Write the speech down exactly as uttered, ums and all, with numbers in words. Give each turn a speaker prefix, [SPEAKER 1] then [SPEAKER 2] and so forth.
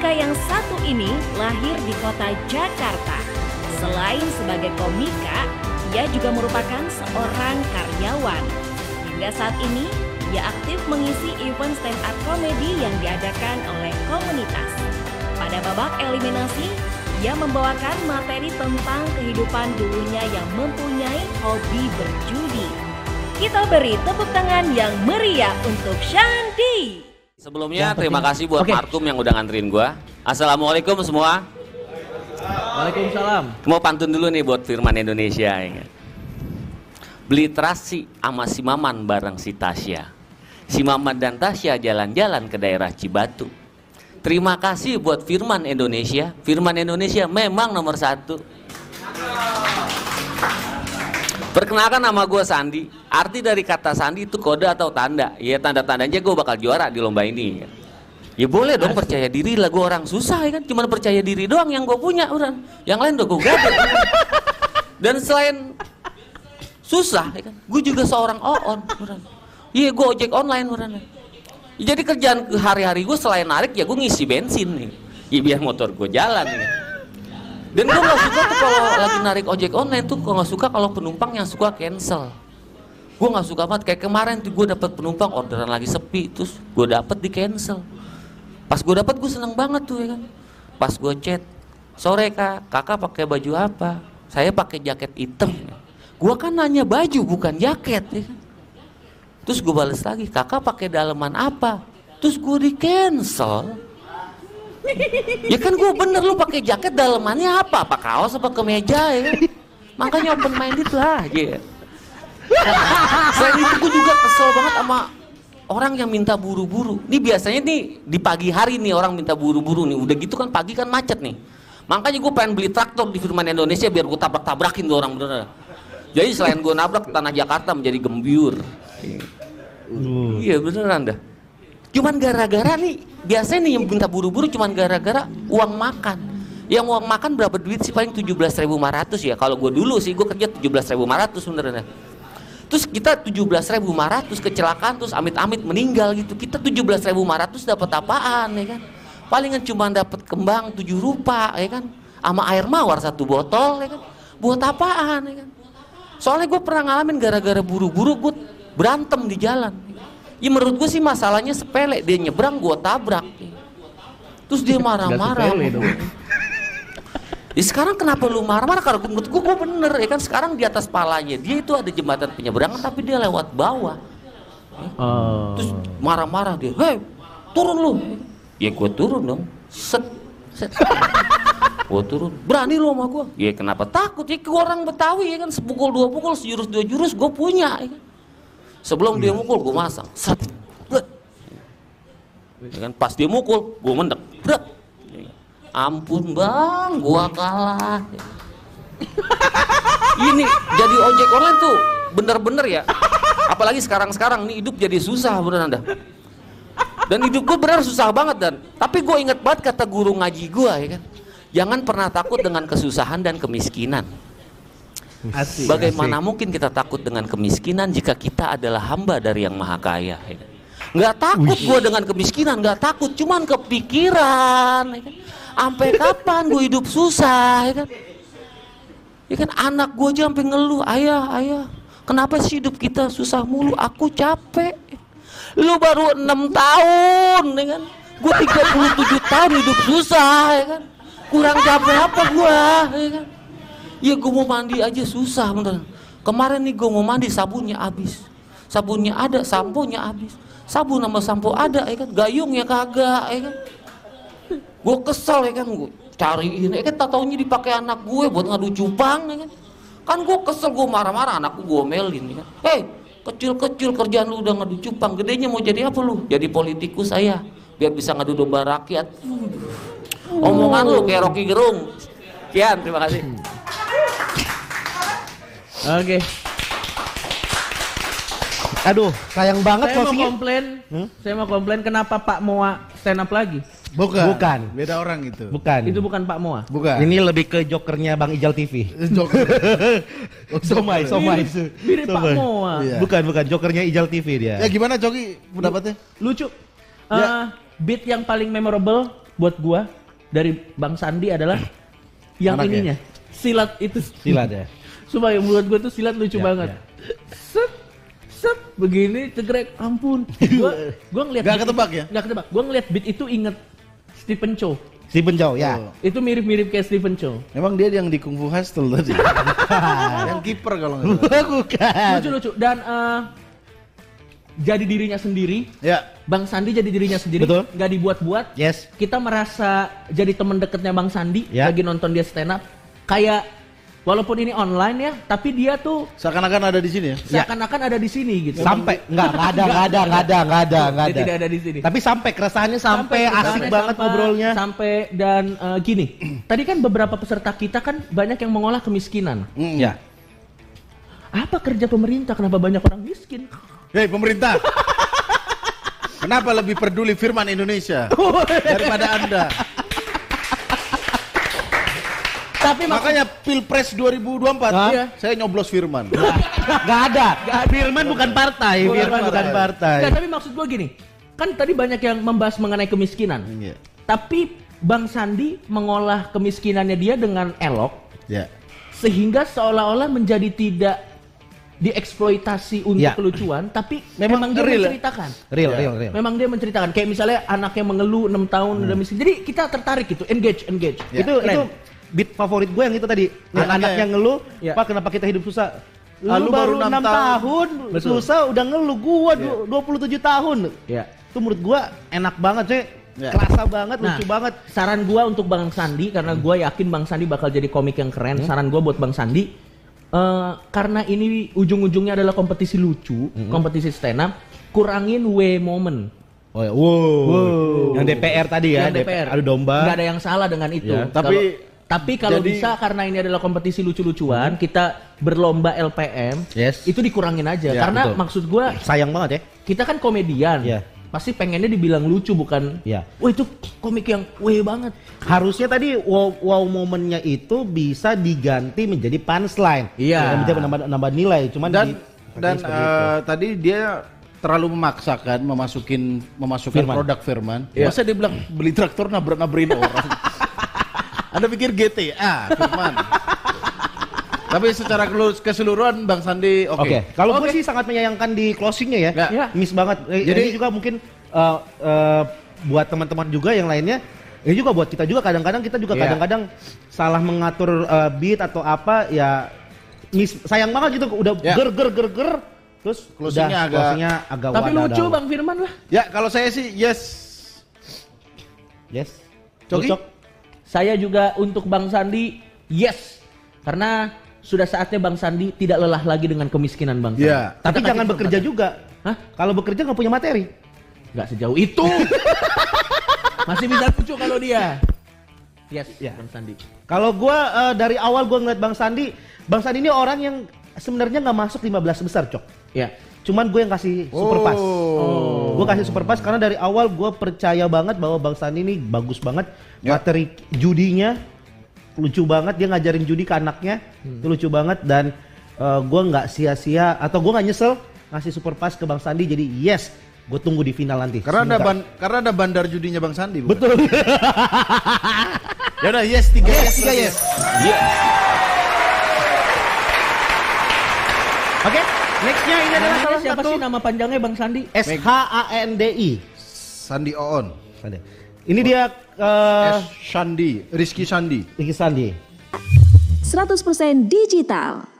[SPEAKER 1] Komika yang satu ini lahir di kota Jakarta. Selain sebagai komika, ia juga merupakan seorang karyawan. Hingga saat ini, ia aktif mengisi event stand up komedi yang diadakan oleh komunitas. Pada babak eliminasi, ia membawakan materi tentang kehidupan dulunya yang mempunyai hobi berjudi. Kita beri tepuk tangan yang meriah untuk Shandy.
[SPEAKER 2] Sebelumnya terima kasih buat okay. Markum yang udah nganterin gua. Assalamualaikum semua.
[SPEAKER 3] Waalaikumsalam.
[SPEAKER 2] Mau pantun dulu nih buat Firman Indonesia. Ya. Beli terasi sama si Maman bareng si Tasya. Si Maman dan Tasya jalan-jalan ke daerah Cibatu. Terima kasih buat Firman Indonesia. Firman Indonesia memang nomor satu. Perkenalkan, nama gue Sandi. Arti dari kata Sandi itu kode atau tanda. Ya tanda-tandanya gue bakal juara di lomba ini. Ya boleh dong, percaya diri lah, gue orang susah ya kan. Cuman percaya diri doang yang gue punya uran. Yang lain udah gue gagal. Dan selain susah ya kan, gue juga seorang oon uran. Iya, gue ojek online uran. Ya, jadi kerjaan hari-hari gue selain narik ya gue ngisi bensin nih. Ya biar motor gue jalan ya. Dan gue gak suka tuh kalau lagi narik ojek online tuh, gue gak suka kalau penumpang yang suka cancel. Gue gak suka banget, kayak kemarin tuh gue dapet penumpang orderan lagi sepi, terus gue dapet di cancel. Pas gue dapet gue seneng banget tuh ya kan. Pas gue chat, sore kak, kakak pakai baju apa? Saya pakai jaket hitam. Gue kan nanya baju bukan jaket ya kan. Terus gue bales lagi, kakak pakai daleman apa? Terus gue di cancel. Ya kan gue bener, lu pakai jaket dalemannya apa? Apa kaos apa kemeja ya? Makanya open minded lah gitu. Selain itu gue juga kesel banget sama orang yang minta buru-buru. Ini biasanya nih di pagi hari nih orang minta buru-buru nih. Udah gitu kan pagi kan macet nih. Makanya gue pengen beli traktor di Firman Indonesia biar gue tabrak-tabrakin tuh orang bener. Jadi selain gue nabrak, tanah Jakarta menjadi gembur. Uh. Iya beneran dah. Cuman gara-gara nih, biasanya nih yang minta buru-buru cuman gara-gara uang makan. Yang uang makan berapa duit sih? Paling tujuh belas ribu lima ratus ya. Kalau gue dulu sih, gue kerja tujuh belas ribu lima ratus beneran. Terus kita tujuh belas ribu lima ratus kecelakaan, terus amit-amit meninggal gitu. Kita tujuh belas ribu lima ratus dapat apaan ya kan? Palingan cuma dapat kembang tujuh rupa ya kan? Sama air mawar satu botol ya kan? Buat apaan ya kan? Soalnya gue pernah ngalamin gara-gara buru-buru gue berantem di jalan. Ya menurut gue sih masalahnya sepele, dia nyebrang gue tabrak. Terus dia marah-marah. Ya sekarang kenapa lu marah-marah? Kalau menurut gue, gue bener ya kan, sekarang di atas palanya dia itu ada jembatan penyeberangan tapi dia lewat bawah. Ya. Oh. Terus marah-marah dia, hei turun lu. Ya gue turun dong, set, set. Gue turun, berani lu sama gue. Ya kenapa takut? Ya gue orang Betawi ya kan, sepukul dua pukul, sejurus dua jurus gue punya ya kan. Sebelum dia mukul, gue masang. Set. Ya kan? Pas dia mukul, gue mendek. Bret. Ampun bang, gue kalah. Ini jadi ojek online tuh bener-bener ya. Apalagi sekarang-sekarang nih hidup jadi susah bener anda. Dan hidup gue bener susah banget dan. Tapi gue inget banget kata guru ngaji gue ya kan. Jangan pernah takut dengan kesusahan dan kemiskinan. Asik, Bagaimana asik. mungkin kita takut dengan kemiskinan jika kita adalah hamba dari yang maha kaya ya kan? Nggak takut gue dengan kemiskinan, nggak takut, cuman kepikiran ya kan? Sampai kapan gue hidup susah ya kan? Ya kan anak gue aja sampai ngeluh, ayah, ayah kenapa sih hidup kita susah mulu, aku capek. Lu baru enam tahun ya kan? Gue tiga puluh tujuh tahun hidup susah ya kan? Kurang capek apa gue ya kan? Ya gue mau mandi aja susah bener. Kemarin nih gue mau mandi sabunnya habis. Sabunnya ada, samponya habis. Sabun sama sampo ada ya kan, gayungnya kagak ya kan. Gue kesel ya kan, gue cariin ya kan, tak taunya dipakai anak gue buat ngadu cupang ya kan. Kan gue kesel, gue marah-marah, anakku gue omelin ya kan. Hei, kecil-kecil kerjaan lu udah ngadu cupang, gedenya mau jadi apa lu? Jadi politikus saya, biar bisa ngadu domba rakyat. Omongan lu kayak Rocky Gerung. Sekian, terima kasih.
[SPEAKER 3] Oke. Okay.
[SPEAKER 4] Aduh, sayang banget
[SPEAKER 3] saya mau komplain. Hmm? Saya mau komplain kenapa Pak Moa stand up lagi?
[SPEAKER 4] Bukan. Bukan.
[SPEAKER 5] Beda orang itu.
[SPEAKER 4] Bukan.
[SPEAKER 3] Itu bukan Pak Moa.
[SPEAKER 4] Bukan. Ini lebih ke jokernya Bang Ijal T V. Joker. somai, somai.
[SPEAKER 3] Mirip Pak Moa.
[SPEAKER 4] Iya. Bukan, bukan jokernya Ijal T V dia.
[SPEAKER 5] Ya gimana Coki pendapatnya?
[SPEAKER 3] Lucu. Uh, ya. Beat yang paling memorable buat gua dari Bang Sandi adalah yang
[SPEAKER 5] Anaknya.
[SPEAKER 3] ininya. Silat itu.
[SPEAKER 4] Silat ya.
[SPEAKER 3] Sumpah yang menurut gua tuh silat lucu
[SPEAKER 4] Ya,
[SPEAKER 3] banget.
[SPEAKER 4] ya.
[SPEAKER 3] Set, set, begini cekrek, ampun. Gua gua ngeliat
[SPEAKER 5] Nggak
[SPEAKER 3] beat
[SPEAKER 5] ketebak
[SPEAKER 3] itu-
[SPEAKER 5] ya?
[SPEAKER 3] Nggak ketebak. Gua ngeliat beat itu inget Stephen Chow.
[SPEAKER 4] Stephen Chow ya.
[SPEAKER 5] Oh.
[SPEAKER 3] Itu mirip-mirip kayak Stephen Chow.
[SPEAKER 5] Memang dia yang di Kung Fu Hustle tadi. Yang kiper kalau nggak salah.
[SPEAKER 4] Bukan.
[SPEAKER 3] Lucu-lucu dan eh, jadi dirinya sendiri.
[SPEAKER 5] Ya.
[SPEAKER 3] Bang Sandi jadi dirinya sendiri,
[SPEAKER 4] Betul.
[SPEAKER 3] nggak dibuat-buat.
[SPEAKER 4] Yes.
[SPEAKER 3] Kita merasa jadi teman dekatnya Bang Sandi,
[SPEAKER 4] Ya.
[SPEAKER 3] lagi nonton dia stand up. Kayak walaupun ini online ya, tapi dia tuh
[SPEAKER 5] Seakan-akan ada di sini ya.
[SPEAKER 3] seakan-akan ada di sini gitu.
[SPEAKER 4] Sampai enggak enggak ada enggak ada enggak ada enggak ada enggak
[SPEAKER 3] Dia
[SPEAKER 4] ada.
[SPEAKER 3] tidak ada di sini.
[SPEAKER 4] Tapi sampai keresahannya sampai, asik
[SPEAKER 3] kesannya
[SPEAKER 4] banget
[SPEAKER 3] sampai-
[SPEAKER 4] ngobrolnya.
[SPEAKER 3] Sampai dan eh, gini, tadi kan beberapa peserta kita kan banyak yang mengolah kemiskinan.
[SPEAKER 5] Mm.
[SPEAKER 4] Ya.
[SPEAKER 3] Apa kerja pemerintah? Kenapa banyak orang miskin?
[SPEAKER 5] Hei pemerintah. Kenapa lebih peduli firman Indonesia daripada Anda?
[SPEAKER 3] Tapi maksud-
[SPEAKER 5] Makanya Pilpres dua ribu dua puluh empat
[SPEAKER 4] Hah?
[SPEAKER 5] iya, saya nyoblos firman.
[SPEAKER 4] Enggak ada. Firman bukan partai,
[SPEAKER 3] Bukan
[SPEAKER 4] Firman bukan partai.
[SPEAKER 3] Nggak, tapi maksud gua gini, kan tadi banyak yang membahas mengenai kemiskinan.
[SPEAKER 5] Iya.
[SPEAKER 3] Tapi Bang Sandi mengolah kemiskinannya dia dengan elok,
[SPEAKER 5] Ya.
[SPEAKER 3] sehingga seolah-olah menjadi tidak dieksploitasi untuk
[SPEAKER 4] Ya.
[SPEAKER 3] kelucuan, tapi
[SPEAKER 5] Memang
[SPEAKER 3] memang, dia
[SPEAKER 5] real ya?
[SPEAKER 3] menceritakan.
[SPEAKER 4] Real,
[SPEAKER 5] Ya.
[SPEAKER 4] real, real.
[SPEAKER 3] Memang dia menceritakan. Kayak misalnya anaknya mengeluh enam tahun
[SPEAKER 5] Hmm.
[SPEAKER 3] udah miskin. Jadi kita tertarik gitu, engage, engage.
[SPEAKER 5] Ya.
[SPEAKER 4] Itu
[SPEAKER 3] Keren.
[SPEAKER 4] itu beat favorit gue yang itu tadi. Yang
[SPEAKER 5] Anaknya
[SPEAKER 4] anaknya
[SPEAKER 5] ya?
[SPEAKER 4] ngeluh,
[SPEAKER 3] Ya.
[SPEAKER 4] Pak kenapa kita hidup susah? Lu,
[SPEAKER 5] Ah, lu baru
[SPEAKER 4] baru
[SPEAKER 5] enam
[SPEAKER 4] enam
[SPEAKER 5] tahun.
[SPEAKER 4] tahun,
[SPEAKER 3] Betul.
[SPEAKER 4] susah udah ngeluh. Gua du- dua puluh tujuh tahun.
[SPEAKER 3] Ya.
[SPEAKER 4] Itu menurut gua enak banget sih.
[SPEAKER 5] Ya.
[SPEAKER 4] Kerasa banget,
[SPEAKER 3] Nah,
[SPEAKER 4] lucu banget.
[SPEAKER 3] saran gua untuk Bang Sandi, karena gua yakin Bang Sandi bakal jadi komik yang keren. Saran gua buat Bang Sandi, eh, karena ini ujung-ujungnya adalah kompetisi lucu, kompetisi stand up, kurangin W moment.
[SPEAKER 4] Oh, ya. wow. Yang D P R tadi ya,
[SPEAKER 3] Yang D P R.
[SPEAKER 4] adu domba.
[SPEAKER 3] Nggak ada yang salah dengan itu.
[SPEAKER 4] Ya,
[SPEAKER 5] tapi-
[SPEAKER 3] Kalau- tapi kalau
[SPEAKER 5] jadi-
[SPEAKER 3] bisa karena ini adalah kompetisi lucu-lucuan, kita berlomba L P M,
[SPEAKER 4] Yes.
[SPEAKER 3] itu dikurangin aja.
[SPEAKER 5] Ya,
[SPEAKER 3] karena
[SPEAKER 4] betul.
[SPEAKER 3] maksud gua
[SPEAKER 4] Sayang banget ya.
[SPEAKER 3] kita kan komedian.
[SPEAKER 4] Ya.
[SPEAKER 3] Pasti pengennya dibilang lucu bukan.
[SPEAKER 4] Ya.
[SPEAKER 3] Wah itu komik yang weh banget.
[SPEAKER 4] Harusnya tadi wow, wow momennya itu bisa diganti menjadi punchline.
[SPEAKER 3] Iya.
[SPEAKER 4] Dan bisa nambah, nambah nilai. Cuman
[SPEAKER 5] Dan
[SPEAKER 4] di-
[SPEAKER 5] dan
[SPEAKER 4] seperti itu.
[SPEAKER 5] eh, tadi dia terlalu memaksakan memasukin memasukkan
[SPEAKER 4] Firman.
[SPEAKER 5] produk Firman.
[SPEAKER 3] Iya.
[SPEAKER 5] Masa dia bilang beli traktor nabrak-nabrin orang. Anda pikir G T A Firman. Tapi secara kelu- keseluruhan Bang Sandi oke.
[SPEAKER 4] Oke, kalau gue
[SPEAKER 3] Oke.
[SPEAKER 4] sih sangat menyayangkan di closingnya ya.
[SPEAKER 5] Ya.
[SPEAKER 3] Ya.
[SPEAKER 4] Miss banget. Eh,
[SPEAKER 5] Jadi-
[SPEAKER 4] ini juga mungkin eh, eh, buat teman-teman juga yang lainnya. Ini juga buat kita juga kadang-kadang kita juga
[SPEAKER 3] Ya.
[SPEAKER 4] kadang-kadang salah mengatur eh, beat atau apa ya. Miss, sayang banget gitu udah
[SPEAKER 5] Ya.
[SPEAKER 4] ger ger ger ger terus
[SPEAKER 5] Closingnya
[SPEAKER 4] udah,
[SPEAKER 5] agak-
[SPEAKER 4] closingnya agak
[SPEAKER 3] Tapi
[SPEAKER 4] wadadau.
[SPEAKER 3] lucu Bang Firman lah.
[SPEAKER 5] Ya kalau saya sih yes.
[SPEAKER 4] Yes.
[SPEAKER 5] Coki?
[SPEAKER 4] Cocok.
[SPEAKER 3] Saya juga untuk Bang Sandi yes. Karena sudah saatnya Bang Sandi tidak lelah lagi dengan kemiskinan Bang Sandi.
[SPEAKER 5] Ya.
[SPEAKER 4] Tapi
[SPEAKER 3] Kita
[SPEAKER 4] jangan
[SPEAKER 3] kasih
[SPEAKER 4] bekerja
[SPEAKER 3] kesempatan.
[SPEAKER 4] juga.
[SPEAKER 3] Hah?
[SPEAKER 4] Kalau bekerja nggak punya materi.
[SPEAKER 3] Nggak sejauh itu. Masih bisa lucu kalau dia. Yes,
[SPEAKER 4] Ya.
[SPEAKER 3] Bang Sandi.
[SPEAKER 4] Kalau gua eh, dari awal gua ngeliat Bang Sandi, Bang Sandi ini orang yang sebenarnya nggak masuk lima belas besar, Cok.
[SPEAKER 3] Ya.
[SPEAKER 4] Cuman gue yang kasih super pass.
[SPEAKER 5] Oh.
[SPEAKER 4] Gue kasih super pass karena dari awal gue percaya banget bahwa Bang Sandi ini bagus banget.
[SPEAKER 5] Ya.
[SPEAKER 4] Materi judinya lucu banget, dia ngajarin judi ke anaknya. Itu lucu banget dan eh, gue nggak sia-sia atau gue nggak nyesel ngasih super pass ke Bang Sandi. Jadi yes, gue tunggu di final nanti.
[SPEAKER 5] Karena ada
[SPEAKER 4] Semoga.
[SPEAKER 5] ban, karena ada bandar judinya Bang Sandi. bukan?
[SPEAKER 4] Betul.
[SPEAKER 5] Ya udah yes tiga yes tiga yes.
[SPEAKER 4] Oke, nextnya ini adalah
[SPEAKER 3] Namanya
[SPEAKER 4] salah
[SPEAKER 3] siapa
[SPEAKER 4] satu
[SPEAKER 3] sih nama panjangnya Bang Sandi?
[SPEAKER 4] S H A N D I.
[SPEAKER 5] Sandi Oon.
[SPEAKER 4] Ini dia uh,
[SPEAKER 5] S Shandi, Rizky Shandi.
[SPEAKER 4] Ricky Sandi.
[SPEAKER 6] seratus persen digital.